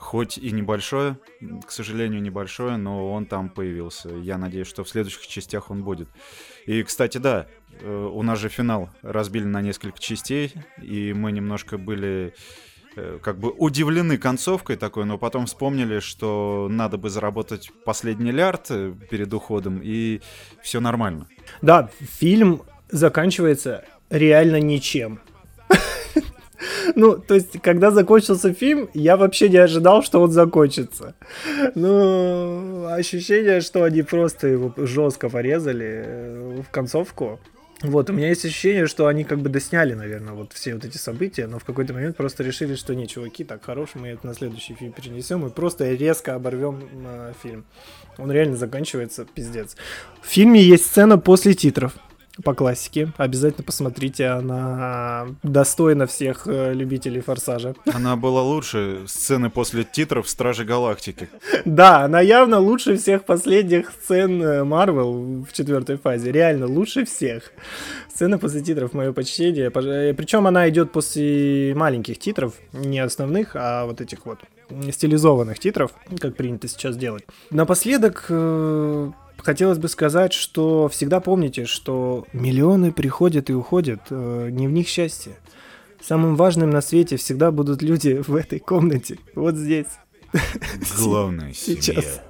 Хоть и небольшое, к сожалению, небольшое, но он там появился. Я надеюсь, что в следующих частях он будет. И, кстати, да, э, у нас же финал разбили на несколько частей, и мы немножко были э, как бы удивлены концовкой такой, но потом вспомнили, что надо бы заработать последний лярд э, перед уходом, и все нормально. Да, фильм заканчивается реально ничем. Ну, то есть, когда закончился фильм, я вообще не ожидал, что он закончится. Ну, ощущение, что они просто его жестко порезали в концовку. Вот, у меня есть ощущение, что они как бы досняли, наверное, вот все вот эти события, но в какой-то момент просто решили, что не, чуваки, так хорош, мы это на следующий фильм перенесем и просто резко оборвем э, фильм. Он реально заканчивается пиздец. В фильме есть сцена после титров. По классике. Обязательно посмотрите, она достойна всех э, любителей «Форсажа». Она была лучше сцены после титров «Стражи Галактики». Да, она явно лучше всех последних сцен Марвел в четвертой фазе. Реально, лучше всех. Сцена после титров, мое почтение. Причем она идет после маленьких титров, не основных, а вот этих вот стилизованных титров, как принято сейчас делать. Напоследок... Э- Хотелось бы сказать, что всегда помните, что миллионы приходят и уходят, э, не в них счастье. Самым важным на свете всегда будут люди в этой комнате, вот здесь. Главное, Сейчас. семья.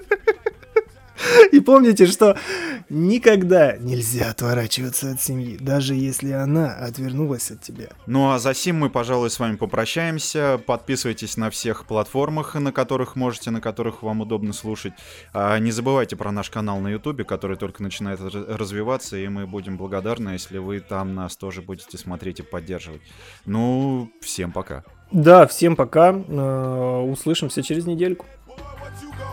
И помните, что никогда нельзя отворачиваться от семьи, даже если она отвернулась от тебя. Ну а за сим мы, пожалуй, с вами попрощаемся. Подписывайтесь на всех платформах, на которых можете, на которых вам удобно слушать. А не забывайте про наш канал на Ютубе, который только начинает развиваться, и мы будем благодарны, если вы там нас тоже будете смотреть и поддерживать. Ну, всем пока. Да, всем пока. Услышимся через недельку. What you gonna